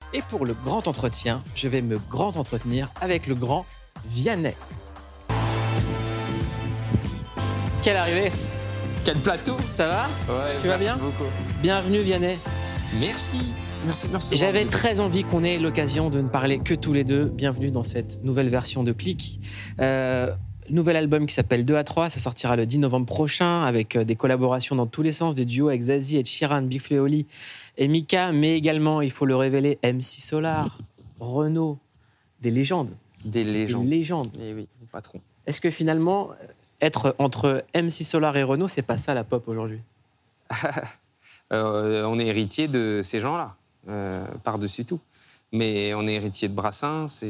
Et pour le grand entretien, je vais me grand entretenir avec le grand Vianney. Quelle arrivée! Quel plateau! Ça va? Ouais, tu vas bien? Merci beaucoup. Bienvenue Vianney. Merci. J'avais très envie qu'on ait l'occasion de ne parler que tous les deux. Bienvenue dans cette nouvelle version de Click. Nouvel album qui s'appelle 2 à 3, ça sortira le 10 novembre prochain avec des collaborations dans tous les sens, des duos avec Zazie, Ed Sheeran, Big Flo et Oli et Mika, mais également, il faut le révéler, MC Solar, Renaud, des légendes. Des légendes. Des légendes. Eh oui, patron. Est-ce que finalement, être entre MC Solar et Renaud, c'est pas ça la pop aujourd'hui? On est héritier de ces gens-là, par-dessus tout. Mais on est héritier de Brassens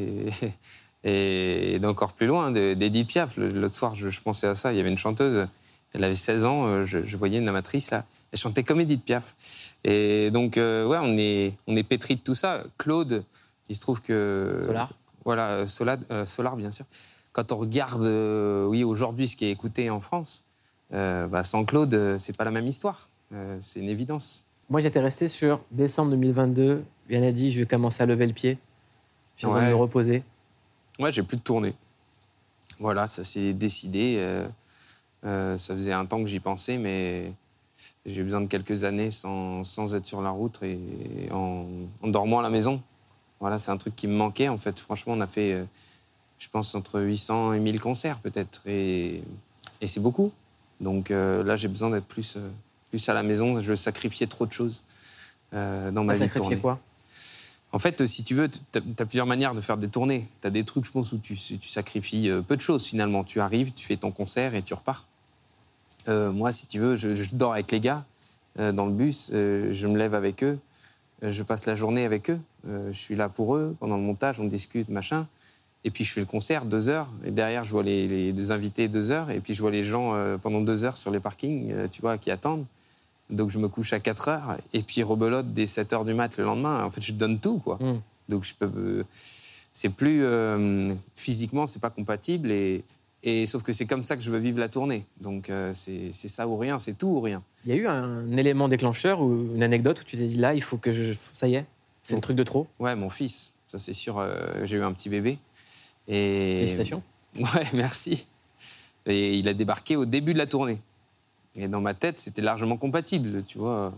et d'encore plus loin, d'Edith Piaf. L'autre soir, je pensais à ça. Il y avait une chanteuse, elle avait 16 ans, je voyais une amatrice, là. Elle chantait comme Edith Piaf. Et donc, ouais, on est pétri de tout ça. Claude, il se trouve que... Solar. Voilà, Solar, bien sûr. Quand on regarde, oui, aujourd'hui, ce qui est écouté en France, sans Claude, c'est pas la même histoire. C'est une évidence. Moi, j'étais resté sur décembre 2022. Vianney a dit, je vais commencer à lever le pied. J'ai besoin de me reposer. Ouais, j'ai plus de tournée. Voilà, ça s'est décidé. Ça faisait un temps que j'y pensais, mais j'ai besoin de quelques années sans être sur la route et en dormant à la maison. Voilà, c'est un truc qui me manquait, en fait. Franchement, on a fait, je pense, entre 800 et 1000 concerts, peut-être. Et c'est beaucoup. Donc là, j'ai besoin d'être plus à la maison. Je sacrifiais trop de choses dans ma vie de tournée. Sacrifier quoi? En fait, si tu veux, tu as plusieurs manières de faire des tournées. Tu as des trucs, je pense, où tu sacrifies peu de choses, finalement. Tu arrives, tu fais ton concert et tu repars. Moi, si tu veux, je dors avec les gars dans le bus. Je me lève avec eux. Je passe la journée avec eux. Je suis là pour eux. Pendant le montage, on discute, machin. Et puis, je fais le concert 2 heures. Et derrière, je vois les deux invités 2 heures. Et puis, je vois les gens pendant 2 heures sur les parkings, tu vois, qui attendent. Donc, je me couche à 4 heures. Et puis, rebelote dès 7 heures du mat le lendemain. En fait, je donne tout, quoi. Donc, je peux... c'est plus... physiquement, c'est pas compatible. Et sauf que c'est comme ça que je veux vivre la tournée. Donc, c'est ça ou rien. C'est tout ou rien. Il y a eu un élément déclencheur ou une anecdote où tu t'es dit, là, il faut que ça y est, c'est le truc de trop? Ouais, mon fils. Ça, c'est sûr. J'ai eu un petit bébé. Et... Félicitations. Ouais, merci. Et il a débarqué au début de la tournée. Et dans ma tête, c'était largement compatible, tu vois.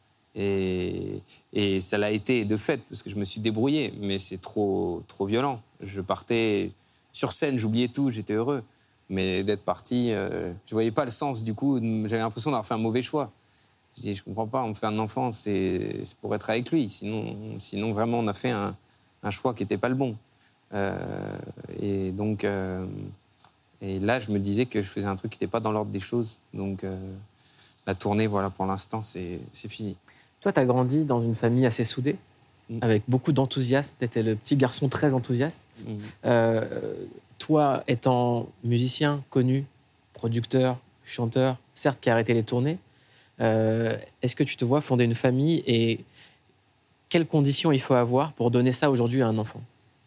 Et ça l'a été de fait, parce que je me suis débrouillé. Mais c'est trop violent. Je partais sur scène, j'oubliais tout, j'étais heureux. Mais d'être parti, je voyais pas le sens, du coup. J'avais l'impression d'avoir fait un mauvais choix. Je dis, je comprends pas, on me fait un enfant, c'est pour être avec lui. Sinon, vraiment, on a fait un choix qui n'était pas le bon. Et donc... Et là, je me disais que je faisais un truc qui n'était pas dans l'ordre des choses. Donc, la tournée, voilà, pour l'instant, c'est fini. Toi, tu as grandi dans une famille assez soudée, avec beaucoup d'enthousiasme. Tu étais le petit garçon très enthousiaste. Toi, étant musicien, connu, producteur, chanteur, certes, qui a arrêté les tournées, est-ce que tu te vois fonder une famille et quelles conditions il faut avoir pour donner ça aujourd'hui à un enfant?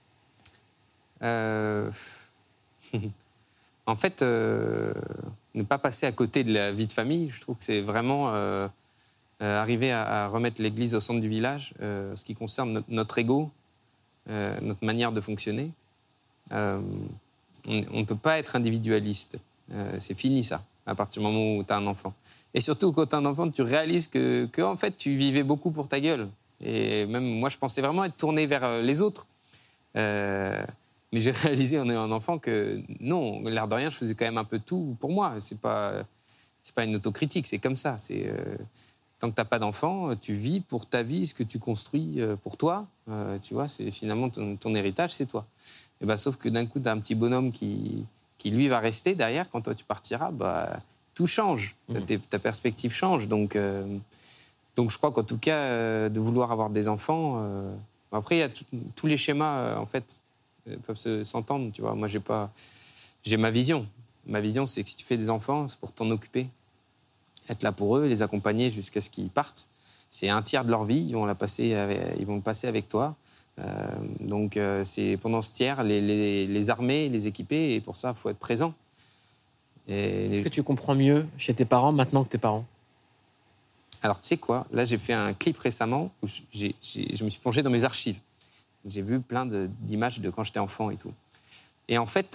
En fait, ne pas passer à côté de la vie de famille, je trouve que c'est vraiment arriver à remettre l'église au centre du village, ce qui concerne notre ego, notre manière de fonctionner. On ne peut pas être individualiste. C'est fini, ça, à partir du moment où tu as un enfant. Et surtout, quand tu as un enfant, tu réalises que en fait, tu vivais beaucoup pour ta gueule. Et même moi, je pensais vraiment être tourné vers les autres. Mais j'ai réalisé en ayant un enfant que non, l'air de rien, je faisais quand même un peu tout pour moi. C'est pas une autocritique, c'est comme ça. Tant que t'as pas d'enfant, tu vis pour ta vie, ce que tu construis pour toi. Tu vois, c'est finalement ton héritage, c'est toi. Et sauf que d'un coup, t'as un petit bonhomme qui lui va rester derrière. Quand toi tu partiras, tout change. Ta perspective change. Donc je crois qu'en tout cas, de vouloir avoir des enfants. Après, il y a tous les schémas en fait. Peuvent s'entendre, tu vois. Moi, j'ai ma vision. Ma vision, c'est que si tu fais des enfants, c'est pour t'en occuper. Être là pour eux, les accompagner jusqu'à ce qu'ils partent. C'est un tiers de leur vie, ils vont le passer avec toi. Donc, c'est pendant ce tiers, les armer, les équiper, et pour ça, il faut être présent. Est-ce que tu comprends mieux chez tes parents maintenant que tes parents? Alors, tu sais quoi ? Là, j'ai fait un clip récemment où je me suis plongé dans mes archives. J'ai vu plein d'images de quand j'étais enfant et tout. Et en fait,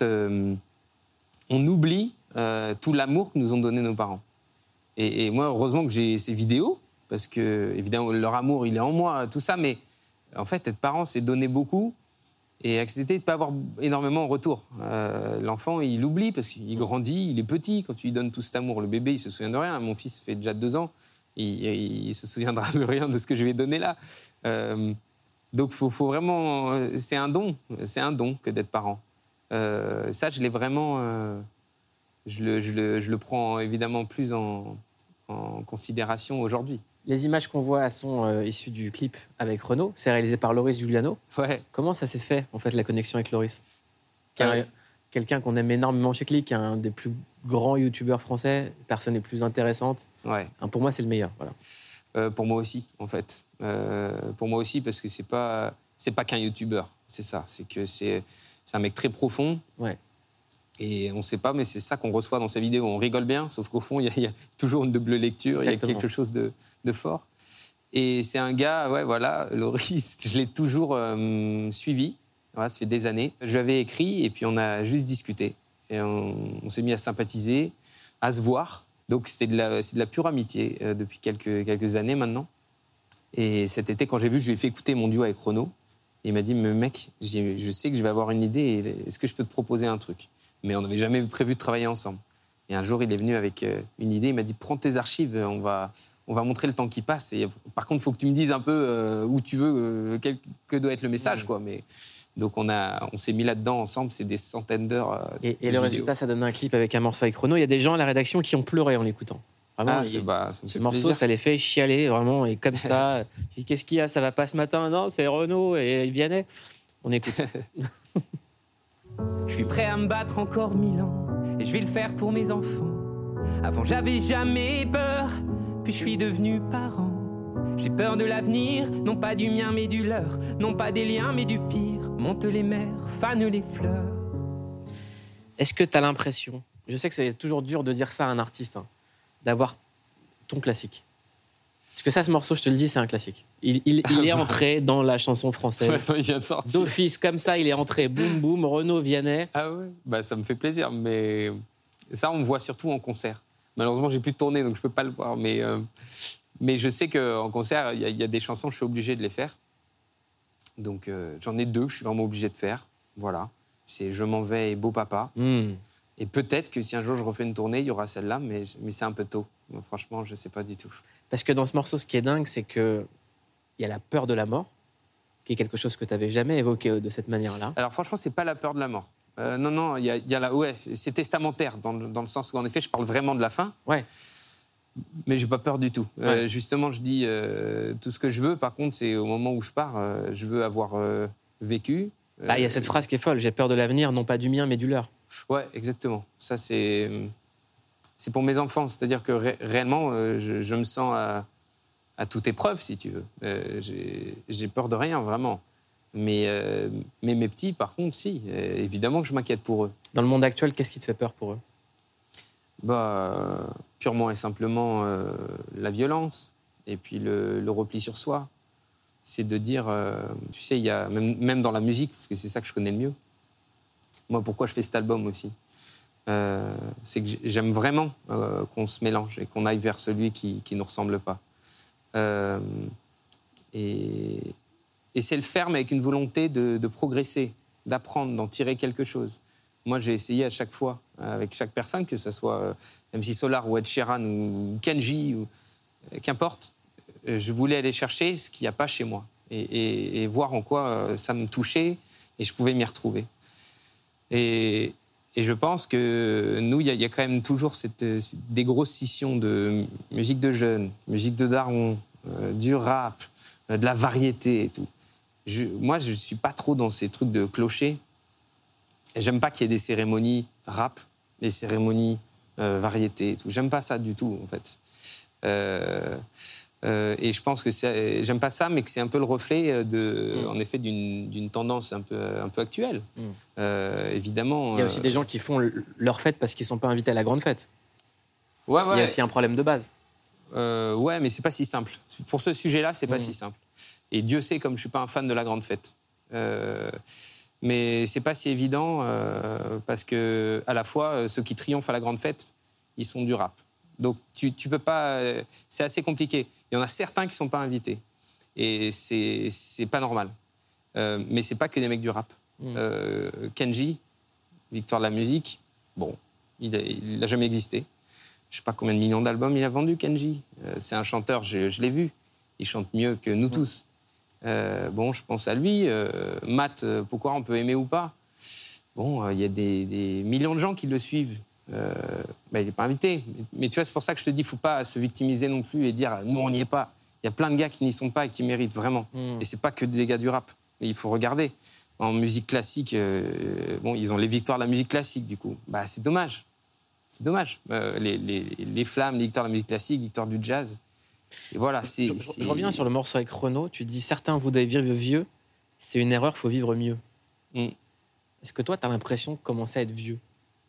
on oublie tout l'amour que nous ont donné nos parents. Et moi, heureusement que j'ai ces vidéos, parce que, évidemment, leur amour, il est en moi, tout ça. Mais en fait, être parent, c'est donner beaucoup et accepter de ne pas avoir énormément en retour. L'enfant, il oublie parce qu'il grandit, il est petit. Quand tu lui donnes tout cet amour, le bébé, il ne se souvient de rien. Mon fils fait déjà 2 ans. Il se souviendra de rien de ce que je lui ai donné là. Donc, faut vraiment... c'est un don que d'être parent. Ça, je l'ai vraiment... je le prends évidemment plus en considération aujourd'hui. Les images qu'on voit sont issues du clip avec Renaud. C'est réalisé par Loris Giuliano. Ouais. Comment ça s'est fait, en fait, la connexion avec Loris ? Quelqu'un qu'on aime énormément chez Click, un des plus grands youtubeurs français, personne n'est plus intéressante. Ouais. Pour moi, c'est le meilleur. Voilà. Pour moi aussi, en fait. Pour moi aussi, parce que c'est pas qu'un youtubeur. C'est ça. C'est que c'est un mec très profond. Ouais. Et on ne sait pas, mais c'est ça qu'on reçoit dans ses vidéos. On rigole bien, sauf qu'au fond, il y a toujours une double lecture, il y a quelque chose de fort. Et c'est un gars, ouais, voilà, Loris, je l'ai toujours suivi. Voilà, ça fait des années. Je lui avais écrit et puis on a juste discuté. Et on s'est mis à sympathiser, à se voir. Donc c'est de la pure amitié depuis quelques années maintenant. Et cet été, quand j'ai vu, je lui ai fait écouter mon duo avec Renaud. Et il m'a dit, mais mec, je sais que je vais avoir une idée. Est-ce que je peux te proposer un truc ? Mais on n'avait jamais prévu de travailler ensemble. Et un jour, il est venu avec une idée. Il m'a dit, prends tes archives, on va montrer le temps qui passe. Et par contre, il faut que tu me dises un peu où tu veux, que doit être le message. Quoi. Mais, donc, on s'est mis là-dedans ensemble. C'est des centaines d'heures et le résultat, ça donne un clip avec un morceau avec Renaud. Il y a des gens à la rédaction qui ont pleuré en l'écoutant. Vraiment, ça me fait ce morceau, plaisir. ça les fait chialer, vraiment. Et comme ça, je dis, qu'est-ce qu'il y a ? Ça va pas ce matin ? Non, c'est Renaud et Vianney. On écoute. Je suis prêt à me battre encore 1000 ans et je vais le faire pour mes enfants. Avant j'avais jamais peur, puis je suis devenu parent. J'ai peur de l'avenir, non pas du mien mais du leur. Non pas des liens mais du pire. Monte les mers, fane les fleurs. Est-ce que tu as l'impression, je sais que c'est toujours dur de dire ça à un artiste, d'avoir ton classique ? Parce que ça, ce morceau, je te le dis, c'est un classique. Il est entré dans la chanson française. Ouais, il vient de sortir. D'office, comme ça, il est entré. Boum, boum, Renaud, Vianney. Ah ouais, ça me fait plaisir. Mais ça, on me voit surtout en concert. Malheureusement, j'ai plus de tournée, donc je peux pas le voir. Mais je sais qu'en concert, il y a des chansons, je suis obligé de les faire. Donc j'en ai 2 que je suis vraiment obligé de faire. Voilà. C'est Je m'en vais et Beau Papa. Et peut-être que si un jour je refais une tournée, il y aura celle-là, mais c'est un peu tôt. Donc, franchement, je sais pas du tout. Parce que dans ce morceau, ce qui est dingue, c'est qu'il y a la peur de la mort, qui est quelque chose que tu n'avais jamais évoqué de cette manière-là. Alors franchement, c'est pas la peur de la mort. Non, il y a la... Ouais, c'est testamentaire, dans le sens où, en effet, je parle vraiment de la fin. Ouais. Mais j'ai pas peur du tout. Ouais. Justement, je dis tout ce que je veux. Par contre, c'est au moment où je pars, je veux avoir vécu. Il y a cette phrase qui est folle. J'ai peur de l'avenir, non pas du mien, mais du leur. Ouais, exactement. Ça, c'est pour mes enfants. C'est-à-dire que réellement, je me sens à toute épreuve, si tu veux. J'ai peur de rien, vraiment. Mais mes petits, par contre, si. Évidemment que je m'inquiète pour eux. Dans le monde actuel, qu'est-ce qui te fait peur pour eux ? Purement et simplement la violence et puis le repli sur soi. C'est de dire, tu sais, il y a même dans la musique, parce que c'est ça que je connais le mieux. Moi, pourquoi je fais cet album aussi ? C'est que j'aime vraiment qu'on se mélange et qu'on aille vers celui qui ne nous ressemble pas. Et c'est le faire, mais avec une volonté de progresser, d'apprendre, d'en tirer quelque chose. Moi, j'ai essayé à chaque fois, avec chaque personne, que ce soit MC Solar ou Ed Sheeran ou Kenji, ou qu'importe, je voulais aller chercher ce qu'il n'y a pas chez moi et voir en quoi ça me touchait et je pouvais m'y retrouver. Et je pense que nous, il y a quand même toujours des grosses scissions de musique de jeunes, musique de daron, du rap, de la variété et tout. Moi, je ne suis pas trop dans ces trucs de clocher. Et j'aime pas qu'il y ait des cérémonies rap, des cérémonies variété et tout. J'aime pas ça du tout, en fait. Et je pense que j'aime pas ça, mais que c'est un peu le reflet en effet, d'une tendance un peu actuelle. Évidemment. Il y a aussi des gens qui font leur fête parce qu'ils sont pas invités à la grande fête. Ouais. Il y a aussi un problème de base. Ouais, mais c'est pas si simple. Pour ce sujet-là, c'est pas si simple. Et Dieu sait, comme je suis pas un fan de la grande fête. Mais c'est pas si évident parce que à la fois ceux qui triomphent à la grande fête, ils sont du rap. Donc tu peux pas. C'est assez compliqué. Il y en a certains qui sont pas invités et c'est pas normal. Mais c'est pas que des mecs du rap. Kenji, Victoire de la musique, bon, il a jamais existé. Je sais pas combien de millions d'albums il a vendu, Kenji. C'est un chanteur, je l'ai vu. Il chante mieux que nous tous. Bon, je pense à lui. Matt, pourquoi on peut aimer ou pas? Bon, il y a des millions de gens qui le suivent. Il n'est pas invité. Mais tu vois, c'est pour ça que je te dis, il ne faut pas se victimiser non plus et dire, nous, on n'y est pas. Il y a plein de gars qui n'y sont pas et qui méritent vraiment. Et ce n'est pas que des gars du rap. Et il faut regarder. En musique classique, ils ont les victoires de la musique classique, du coup. C'est dommage. C'est dommage. Les flammes, les victoires de la musique classique, les victoires du jazz. Et voilà, je reviens sur le morceau avec Renaud. Tu dis, certains voudraient vivre vieux. C'est une erreur, il faut vivre mieux. Est-ce que toi, tu as l'impression de commencer à être vieux?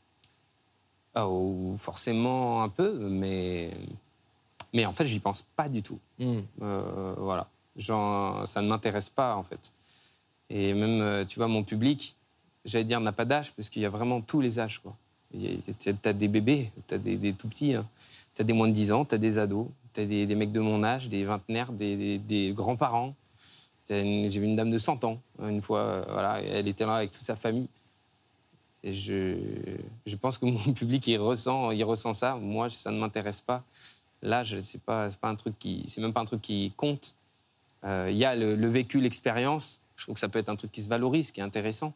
Forcément un peu, mais en fait, j'y pense pas du tout. Voilà. Ça ne m'intéresse pas, en fait. Et même, tu vois, mon public, j'allais dire, n'a pas d'âge, parce qu'il y a vraiment tous les âges, quoi. T'as des bébés, t'as des tout petits, hein. T'as des moins de 10 ans, t'as des ados, t'as des mecs de mon âge, des vingtenaires, des grands-parents. J'ai vu une dame de 100 ans, une fois, voilà, elle était là avec toute sa famille. Et je pense que mon public, il ressent ça. Moi, ça ne m'intéresse pas. L'âge, c'est même pas un truc qui compte. Il y a le vécu, l'expérience. Je trouve que ça peut être un truc qui se valorise, qui est intéressant.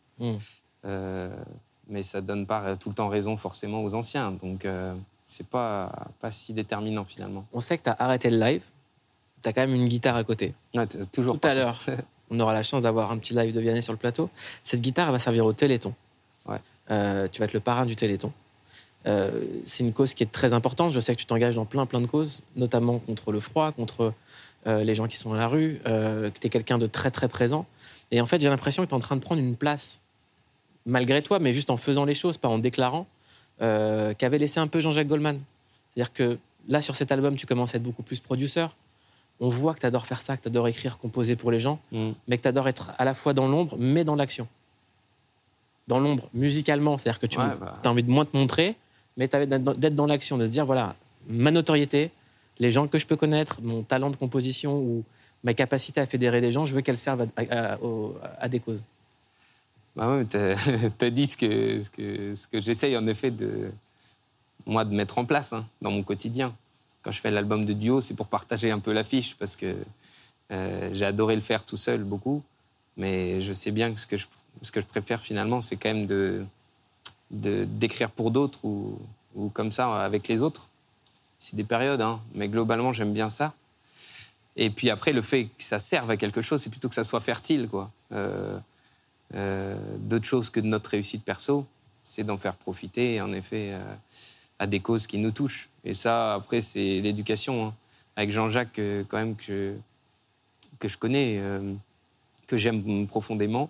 Mais ça ne donne pas tout le temps raison forcément aux anciens. Donc, c'est pas si déterminant finalement. On sait que tu as arrêté le live. Tu as quand même une guitare à côté. Ouais, toujours. Tout à l'heure, on aura la chance d'avoir un petit live de Vianney sur le plateau. Cette guitare, elle va servir au Téléthon. Ouais. Tu vas être le parrain du Téléthon. C'est une cause qui est très importante. Je sais que tu t'engages dans plein de causes, notamment contre le froid, contre les gens qui sont dans la rue, que tu es quelqu'un de très, très présent. Et en fait, j'ai l'impression que tu es en train de prendre une place, malgré toi, mais juste en faisant les choses, pas en déclarant, qu'avait laissé un peu Jean-Jacques Goldman. C'est-à-dire que là, sur cet album, tu commences à être beaucoup plus producer. On voit que tu adores faire ça, que tu adores écrire, composer pour les gens, mais que tu adores être à la fois dans l'ombre, mais dans l'action. Dans l'ombre, musicalement, c'est-à-dire que tu as envie de moins te montrer, mais tu as envie d'être dans l'action, de se dire, voilà, ma notoriété, les gens que je peux connaître, mon talent de composition ou ma capacité à fédérer des gens, je veux qu'elles servent à des causes. Oui, t'as dit ce que j'essaye en effet de mettre en place dans mon quotidien. Quand je fais l'album de duo, c'est pour partager un peu l'affiche parce que j'ai adoré le faire tout seul beaucoup, mais je sais bien que ce que je préfère finalement, c'est quand même d'écrire pour d'autres ou comme ça avec les autres. C'est des périodes, mais globalement j'aime bien ça. Et puis après, le fait que ça serve à quelque chose, c'est plutôt que ça soit fertile, quoi. D'autres choses que de notre réussite perso, c'est d'en faire profiter, en effet, à des causes qui nous touchent. Et ça, après, c'est l'éducation. Avec Jean-Jacques, quand même, que je connais, que j'aime profondément.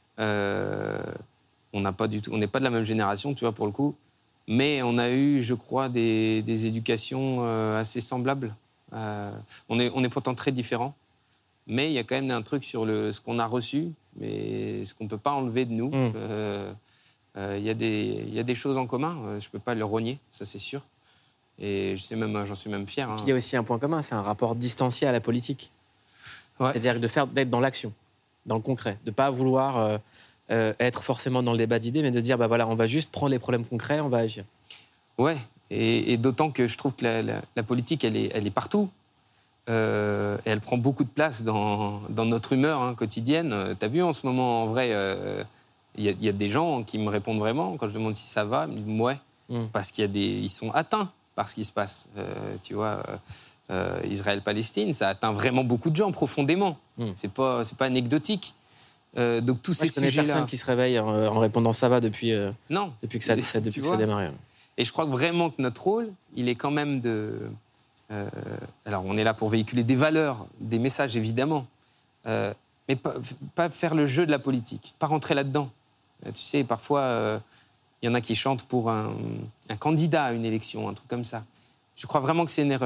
On n'est pas de la même génération, tu vois, pour le coup. Mais on a eu, je crois, des éducations assez semblables. On est pourtant très différents. Mais il y a quand même un truc sur ce qu'on a reçu, mais ce qu'on ne peut pas enlever de nous. Il y a des choses en commun, je ne peux pas le rogner, ça c'est sûr. Et j'en suis même fier. Il y a aussi un point commun, c'est un rapport distancié à la politique. Ouais. C'est-à-dire d'être dans l'action, dans le concret. De ne pas vouloir être forcément dans le débat d'idées, mais de dire, voilà, on va juste prendre les problèmes concrets, on va agir. Ouais, et d'autant que je trouve que la politique, elle est partout. Et elle prend beaucoup de place dans notre humeur quotidienne. T'as vu en ce moment, en vrai, il y a des gens qui me répondent vraiment quand je demande si ça va. Ils me disent ouais, parce ils sont atteints par ce qui se passe. Tu vois, Israël-Palestine, ça atteint vraiment beaucoup de gens profondément. C'est pas anecdotique. Donc tous ces sujets-là. Je connais personne qui se réveille en répondant ça va depuis non, depuis que ça a démarré. Et je crois vraiment que notre rôle, il est quand même alors, on est là pour véhiculer des valeurs, des messages, évidemment, mais pas faire le jeu de la politique, pas rentrer là-dedans. Tu sais, parfois, il y en a qui chantent pour un candidat à une élection, un truc comme ça. Je crois vraiment que c'est une erreur.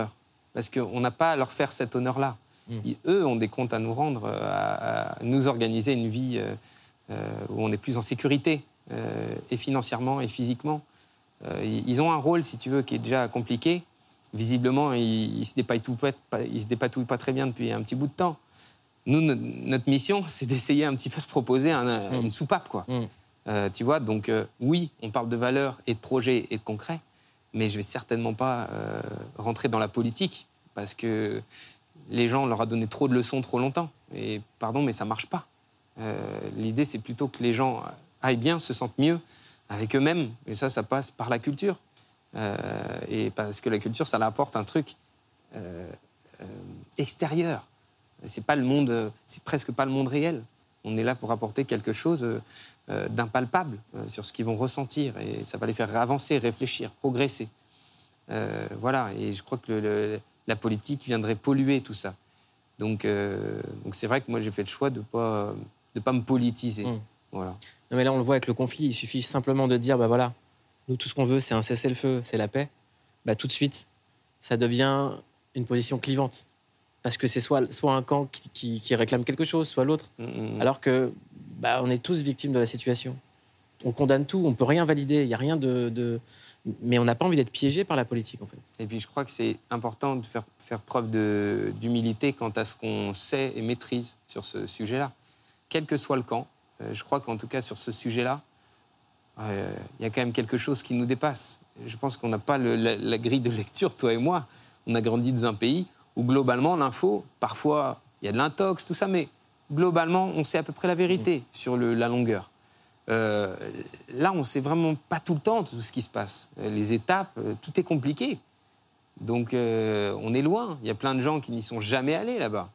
parce qu'on n'a pas à leur faire cet honneur-là. Eux ont des comptes à nous rendre, à nous organiser une vie où on est plus en sécurité, et financièrement et physiquement. Ils ont un rôle, si tu veux, qui est déjà compliqué. Visiblement, ils ne se dépatouillent pas très bien depuis un petit bout de temps. Nous, notre mission, c'est d'essayer un petit peu de se proposer une soupape, quoi. Tu vois, donc oui, on parle de valeurs et de projets et de concret, mais je ne vais certainement pas rentrer dans la politique parce que les gens, on leur a donné trop de leçons trop longtemps. Et pardon, mais ça ne marche pas. L'idée, c'est plutôt que les gens aillent bien, se sentent mieux avec eux-mêmes. Et ça passe par la culture. Et parce que la culture, ça leur apporte un truc extérieur. C'est presque pas le monde réel. On est là pour apporter quelque chose d'impalpable sur ce qu'ils vont ressentir. Et ça va les faire avancer, réfléchir, progresser. Voilà. Et je crois que la politique viendrait polluer tout ça. Donc c'est vrai que moi, j'ai fait le choix de pas me politiser. Voilà. Non, mais là, on le voit avec le conflit. Il suffit simplement de dire, voilà, nous, tout ce qu'on veut, c'est un cessez-le-feu, c'est la paix. Tout de suite, ça devient une position clivante. Parce que c'est soit un camp qui réclame quelque chose, soit l'autre. Alors que on est tous victimes de la situation. On condamne tout, on peut rien valider, il n'y a rien de... Mais on n'a pas envie d'être piégé par la politique, en fait. Et puis, je crois que c'est important de faire preuve d'humilité quant à ce qu'on sait et maîtrise sur ce sujet-là. Quel que soit le camp, je crois qu'en tout cas, sur ce sujet-là, il y a quand même quelque chose qui nous dépasse. Je pense qu'on n'a pas la grille de lecture, toi et moi. On a grandi dans un pays où, globalement, l'info, parfois, il y a de l'intox, tout ça, mais globalement, on sait à peu près la vérité sur la longueur. Là, on ne sait vraiment pas tout le temps tout ce qui se passe. Les étapes, tout est compliqué. Donc, on est loin. Il y a plein de gens qui n'y sont jamais allés là-bas.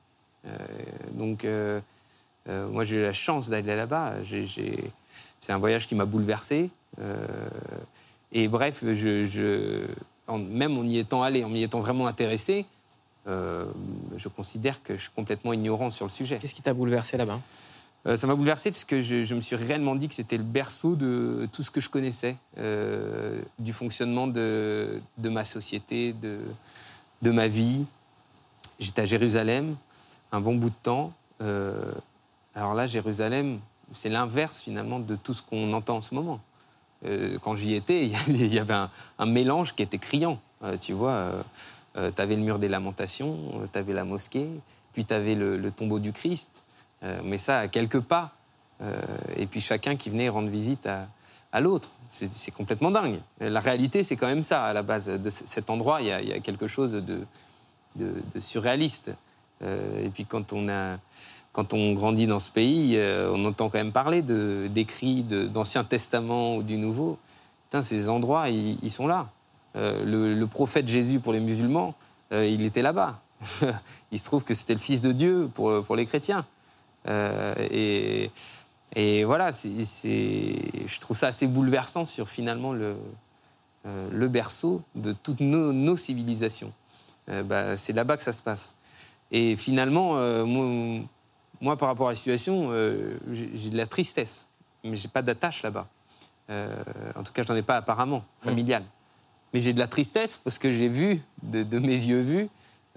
Moi, j'ai eu la chance d'aller là-bas. C'est un voyage qui m'a bouleversé. Et bref, même en y étant allé, en m'y étant vraiment intéressé, je considère que je suis complètement ignorant sur le sujet. Qu'est-ce qui t'a bouleversé là-bas ? Ça m'a bouleversé parce que je me suis réellement dit que c'était le berceau de tout ce que je connaissais, du fonctionnement de ma société, de ma vie. J'étais à Jérusalem un bon bout de temps. Alors là, Jérusalem, c'est l'inverse finalement de tout ce qu'on entend en ce moment. Quand j'y étais, il y avait un mélange qui était criant. Tu vois, tu avais le mur des lamentations, tu avais la mosquée, puis tu avais le tombeau du Christ. Mais ça, à quelques pas. Et puis chacun qui venait rendre visite à l'autre. C'est complètement dingue. La réalité, c'est quand même ça, à la base de cet endroit. Il y a quelque chose de surréaliste. Et puis quand on grandit dans ce pays, on entend quand même parler d'écrits d'Ancien Testament ou du Nouveau. Putain, ces endroits, ils sont là. Le prophète Jésus, pour les musulmans, il était là-bas. Il se trouve que c'était le Fils de Dieu pour les chrétiens. Et voilà, je trouve ça assez bouleversant sur finalement le berceau de toutes nos civilisations. C'est là-bas que ça se passe. Et finalement, moi, par rapport à la situation, j'ai de la tristesse, mais j'ai pas d'attache là-bas. En tout cas, je n'en ai pas apparemment, familiale. Mais j'ai de la tristesse parce que j'ai vu, de mes yeux vus,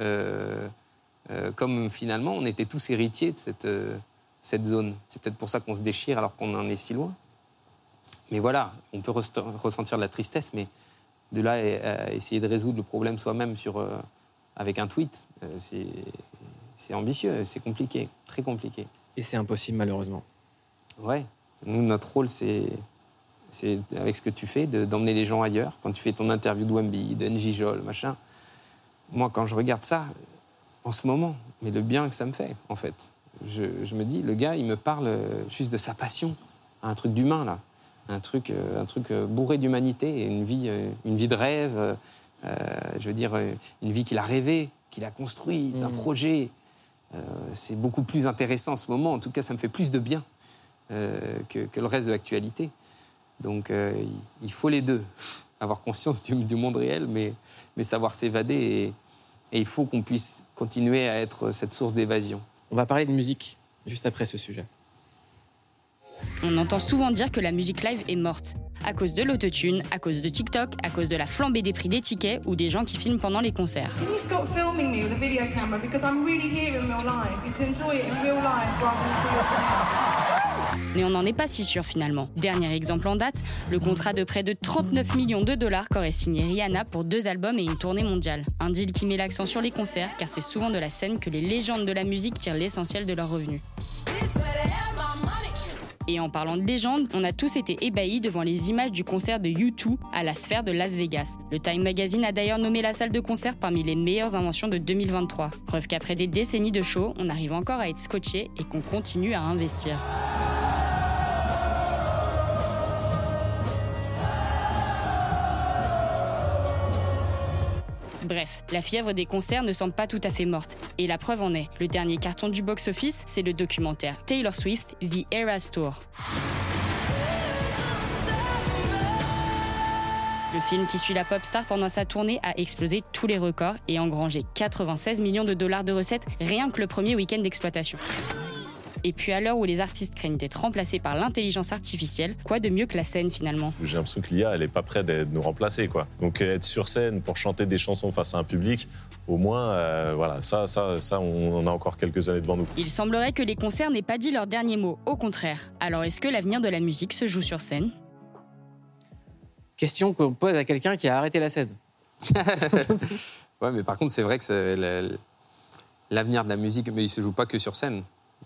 comme finalement on était tous héritiers de cette zone. C'est peut-être pour ça qu'on se déchire alors qu'on en est si loin. Mais voilà, on peut ressentir de la tristesse, mais de là à essayer de résoudre le problème soi-même avec un tweet, c'est ambitieux, c'est compliqué, très compliqué. Et c'est impossible malheureusement. Ouais, nous notre rôle c'est avec ce que tu fais, d'emmener les gens ailleurs. Quand tu fais ton interview de Wemby, de Njijol, machin, moi quand je regarde ça, en ce moment, mais le bien que ça me fait, en fait. Je me dis, le gars, il me parle juste de sa passion, un truc d'humain, là. Un truc bourré d'humanité, une vie de rêve, je veux dire, une vie qu'il a rêvée, qu'il a construite, un projet. C'est beaucoup plus intéressant en ce moment. En tout cas, ça me fait plus de bien que le reste de l'actualité. Donc, il faut les deux. Avoir conscience du monde réel, mais savoir s'évader. Et il faut qu'on puisse continuer à être cette source d'évasion. On va parler de musique juste après ce sujet. On entend souvent dire que la musique live est morte. à cause de l'autotune, à cause de TikTok, à cause de la flambée des prix des tickets ou des gens qui filment pendant les concerts. Can you stop filming me with a video camera because I'm really here in real life. You can enjoy it in real life rather than through your camera. Mais on n'en est pas si sûr finalement. Dernier exemple en date, le contrat de près de 39 millions de dollars qu'aurait signé Rihanna pour 2 albums et une tournée mondiale. Un deal qui met l'accent sur les concerts car c'est souvent de la scène que les légendes de la musique tirent l'essentiel de leurs revenus. Et en parlant de légendes, on a tous été ébahis devant les images du concert de U2 à la Sphère de Las Vegas. Le Time Magazine a d'ailleurs nommé la salle de concert parmi les meilleures inventions de 2023. Preuve qu'après des décennies de shows, on arrive encore à être scotché et qu'on continue à investir. Bref, la fièvre des concerts ne semble pas tout à fait morte. Et la preuve en est, le dernier carton du box-office, c'est le documentaire Taylor Swift, The Eras Tour. Le film qui suit la pop star pendant sa tournée a explosé tous les records et engrangé 96 millions de dollars de recettes rien que le premier week-end d'exploitation. Et puis à l'heure où les artistes craignent d'être remplacés par l'intelligence artificielle, quoi de mieux que la scène finalement ? J'ai l'impression que l'IA, elle est pas prête de nous remplacer, quoi. Donc être sur scène pour chanter des chansons face à un public, au moins, voilà, ça, on a encore quelques années devant nous. Il semblerait que les concerts n'aient pas dit leur dernier mot, au contraire. Alors est-ce que l'avenir de la musique se joue sur scène ? Question qu'on pose à quelqu'un qui a arrêté la scène. Ouais, mais par contre, c'est vrai que c'est l'avenir de la musique, mais il se joue pas que sur scène.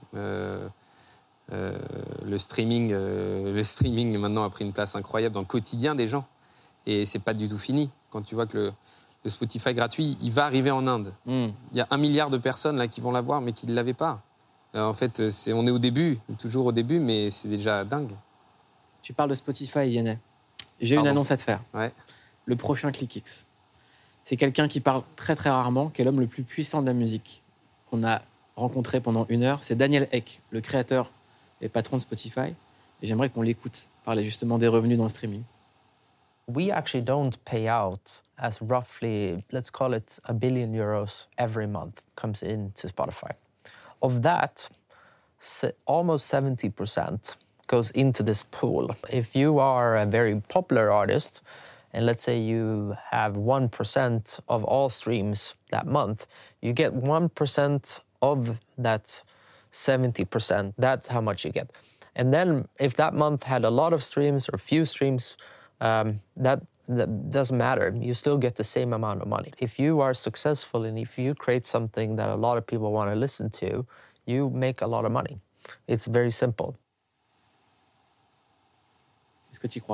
Le streaming maintenant a pris une place incroyable dans le quotidien des gens, et c'est pas du tout fini. Quand tu vois que le Spotify gratuit, il va arriver en Inde. Il y a 1 milliard de personnes là qui vont l'avoir, mais qui ne l'avaient pas. En fait, on est au début, toujours au début, mais c'est déjà dingue. Tu parles de Spotify, Yannet. J'ai une annonce à te faire. Ouais. Le prochain ClickX. C'est quelqu'un qui parle très très rarement, qui est l'homme le plus puissant de la musique qu'on a rencontré pendant 1 heure. C'est Daniel Ek, le créateur et patron de Spotify. Et j'aimerais qu'on l'écoute parler justement des revenus dans le streaming. We actually don't pay out as roughly, let's call it €1 billion every month comes into Spotify. Of that, almost 70% goes into this pool. If you are a very popular artist, and let's say you have 1% of all streams that month, you get 1% of that 70%. That's how much you get. And then if that month had a lot of streams or few streams, that doesn't matter. You still get the same amount of money. If you are successful and if you create something that a lot of people want to listen to, you make a lot of money. It's very simple. Est-ce que tu y crois ?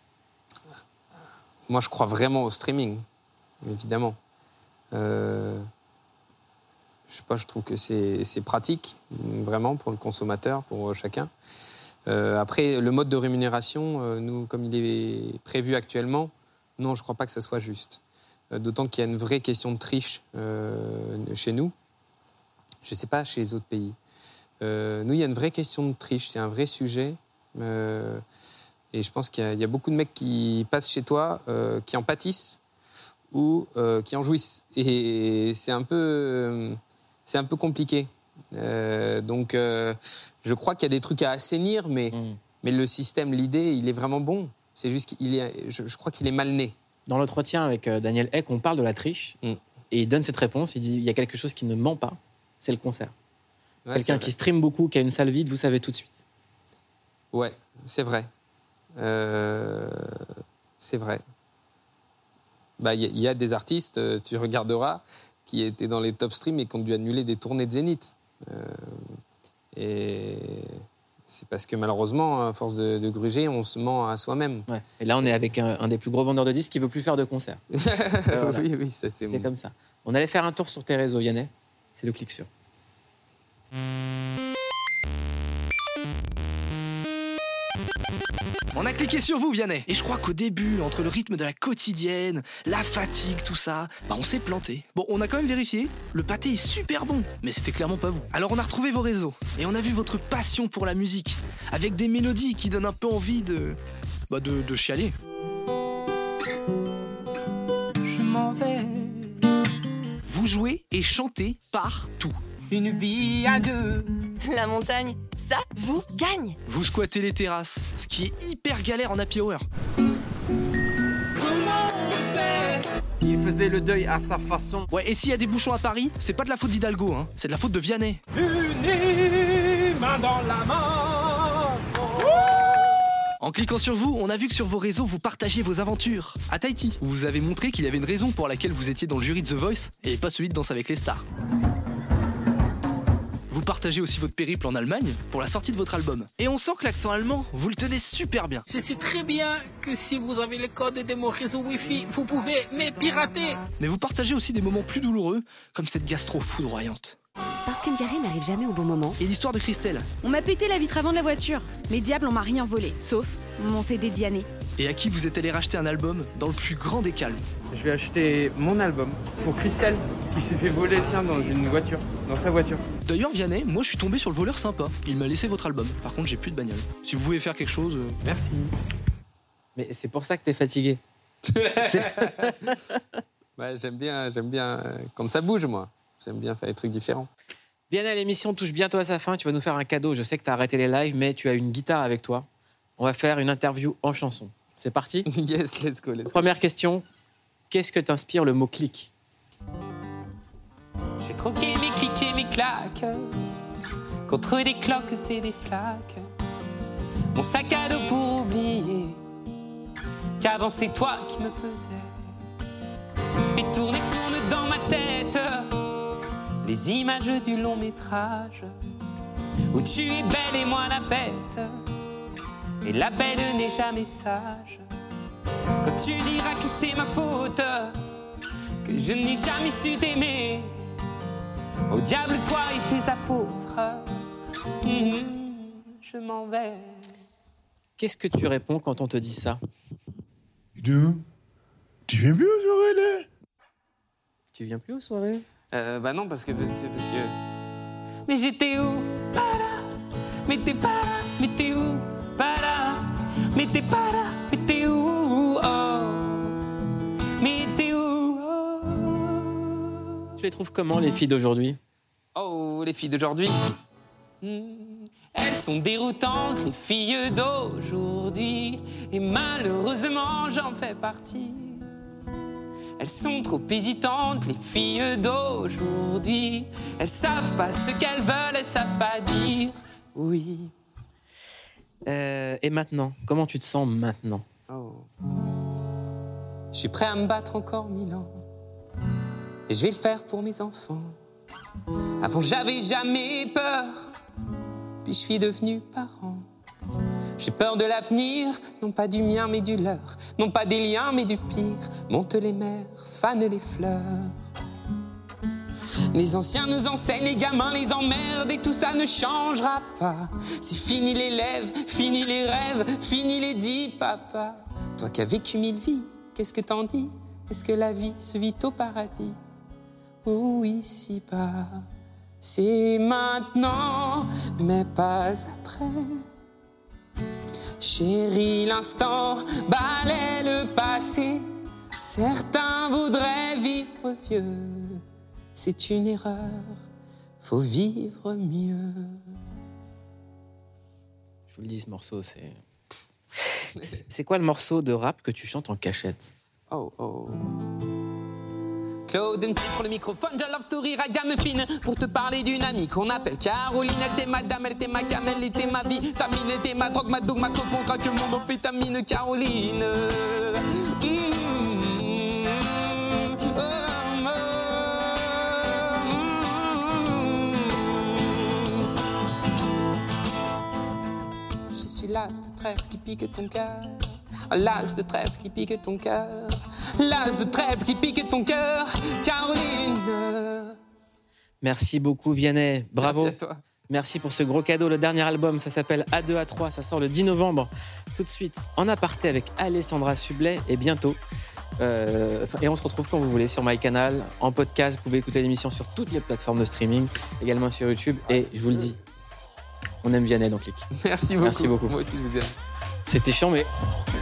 Moi, je crois vraiment au streaming, évidemment. Je sais pas, je trouve que c'est pratique, vraiment, pour le consommateur, pour chacun. Après, le mode de rémunération, nous, comme il est prévu actuellement, non, je crois pas que ça soit juste. D'autant qu'il y a une vraie question de triche chez nous. Je sais pas chez les autres pays. Nous, il y a une vraie question de triche, c'est un vrai sujet. Et je pense qu'il y a beaucoup de mecs qui passent chez toi, qui en pâtissent ou qui en jouissent. Et c'est un peu compliqué. Donc, je crois qu'il y a des trucs à assainir, mais le système, l'idée, il est vraiment bon. C'est juste je crois qu'il est mal né. Dans l'entretien avec Daniel Ek, on parle de la triche et il donne cette réponse. Il dit il y a quelque chose qui ne ment pas, c'est le concert. Ouais, quelqu'un qui stream beaucoup, qui a une salle vide, vous savez tout de suite. Ouais, c'est vrai. C'est vrai. Bah, y a des artistes, tu regarderas, qui étaient dans les top streams et qui ont dû annuler des tournées de Zénith. Et c'est parce que malheureusement, à force de gruger, on se ment à soi-même. Ouais. Et là, on est avec un des plus gros vendeurs de disques qui ne veut plus faire de concerts. Voilà. Oui, ça c'est bon. Comme ça. On allait faire un tour sur tes réseaux, Yannet. C'est le clic sur. On a cliqué sur vous, Vianney. Et je crois qu'au début, entre le rythme de la quotidienne, la fatigue, tout ça, on s'est planté. Bon, on a quand même vérifié. Le pâté est super bon, mais c'était clairement pas vous. Alors on a retrouvé vos réseaux et on a vu votre passion pour la musique, avec des mélodies qui donnent un peu envie de chialer. Je m'en vais. Vous jouez et chantez partout. Une vie à deux, La montagne, ça vous gagne. Vous squattez les terrasses, ce qui est hyper galère en happy hour. Il faisait le deuil à sa façon. Ouais, et s'il y a des bouchons à Paris, c'est pas de la faute d'Hidalgo, hein, c'est de la faute de Vianney. Unis, main dans la main. En cliquant sur vous, on a vu que sur vos réseaux, vous partagez vos aventures. À Tahiti, où vous avez montré qu'il y avait une raison pour laquelle vous étiez dans le jury de The Voice et pas celui de Danse avec les stars. Vous partagez aussi votre périple en Allemagne pour la sortie de votre album. Et on sent que l'accent allemand, vous le tenez super bien. Je sais très bien que si vous avez le code de mon réseau Wi-Fi, vous pouvez me pirater. Mais vous partagez aussi des moments plus douloureux, comme cette gastro foudroyante. Parce qu'une diarrhée n'arrive jamais au bon moment. Et l'histoire de Christelle. On m'a pété la vitre avant de la voiture. Mes diables, on m'a rien volé, sauf mon CD de Vianney. Et à qui vous êtes allé racheter un album dans le plus grand des calmes. Je vais acheter mon album pour Christelle, qui s'est fait voler le sien dans sa voiture. D'ailleurs, Vianney, moi je suis tombé sur le voleur sympa. Il m'a laissé votre album. Par contre, j'ai plus de bagnole. Si vous pouvez faire quelque chose... Merci. Mais c'est pour ça que t'es fatigué. Ouais, j'aime bien quand ça bouge, moi. J'aime bien faire des trucs différents. Vianney, l'émission touche bientôt à sa fin. Tu vas nous faire un cadeau. Je sais que tu as arrêté les lives, mais tu as une guitare avec toi. On va faire une interview en chanson. C'est parti ? Yes, let's go. Première question. Qu'est-ce que t'inspire le mot clic ? J'ai troqué mes clics et mes claques contre des cloques et des flaques. Mon sac à dos pour oublier qu'avant c'est toi qui me pesais. Et tourne dans ma tête les images du long métrage où tu es belle et moi la bête. Et la belle n'est jamais sage. Quand tu diras que c'est ma faute, que je n'ai jamais su t'aimer, au diable toi et tes apôtres, je m'en vais. Qu'est-ce que tu réponds quand on te dit ça ? Tu viens plus aux soirées, là ? Tu viens plus aux soirées ? Bah non, parce que... Mais j'étais où ? Pas là. Mais t'es pas là. Mais t'es où ? Pas là. Mais t'es pas là. Mais t'es où ? Oh. Mais t'es où ? Oh. Tu les trouves comment, les filles d'aujourd'hui ? Oh, les filles d'aujourd'hui. Elles sont déroutantes, les filles d'aujourd'hui. Et malheureusement, j'en fais partie. Elles sont trop hésitantes, les filles d'aujourd'hui. Elles savent pas ce qu'elles veulent, elles savent pas dire oui. Et maintenant, comment tu te sens maintenant ? Oh. Je suis prêt à me battre encore 1000 ans. Et je vais le faire pour mes enfants. Avant, j'avais jamais peur. Puis je suis devenu parent. J'ai peur de l'avenir, non pas du mien mais du leur. Non pas des liens mais du pire. Monte les mers, fanent les fleurs. Les anciens nous enseignent, les gamins les emmerdent. Et tout ça ne changera pas. C'est fini les lèvres, fini les rêves, fini les dits papa. Toi qui as vécu 1000 vies, qu'est-ce que t'en dis ? Est-ce que la vie se vit au paradis ou ici-bas ? C'est maintenant, mais pas après. Chérie, l'instant balaie le passé. Certains voudraient vivre vieux. C'est une erreur, faut vivre mieux. Je vous le dis, ce morceau, c'est... C'est quoi le morceau de rap que tu chantes en cachette ? Oh. Claude MC prend le microphone, j'ai love story à gamme fine pour te parler d'une amie qu'on appelle Caroline. Elle était ma dame, elle était ma gamme, elle était ma vie. Ta mine était ma drogue, ma dog, ma copon, craque mon amphétamine, Caroline. Je suis l'as de trèfle qui pique ton cœur. L'as de trèfle qui pique ton cœur. L'as de trèfle qui pique ton cœur, Caroline. Merci beaucoup, Vianney. Bravo. Merci à toi. Merci pour ce gros cadeau. Le dernier album, ça s'appelle A2, A3. Ça sort le 10 novembre. Tout de suite, en aparté avec Alessandra Sublet. Et bientôt. Et on se retrouve quand vous voulez sur MyCanal, en podcast. Vous pouvez écouter l'émission sur toutes les plateformes de streaming, également sur YouTube. Et je vous le dis, on aime Vianney, donc clique. Merci beaucoup. Merci beaucoup. Moi aussi, je vous aime. C'était chiant, mais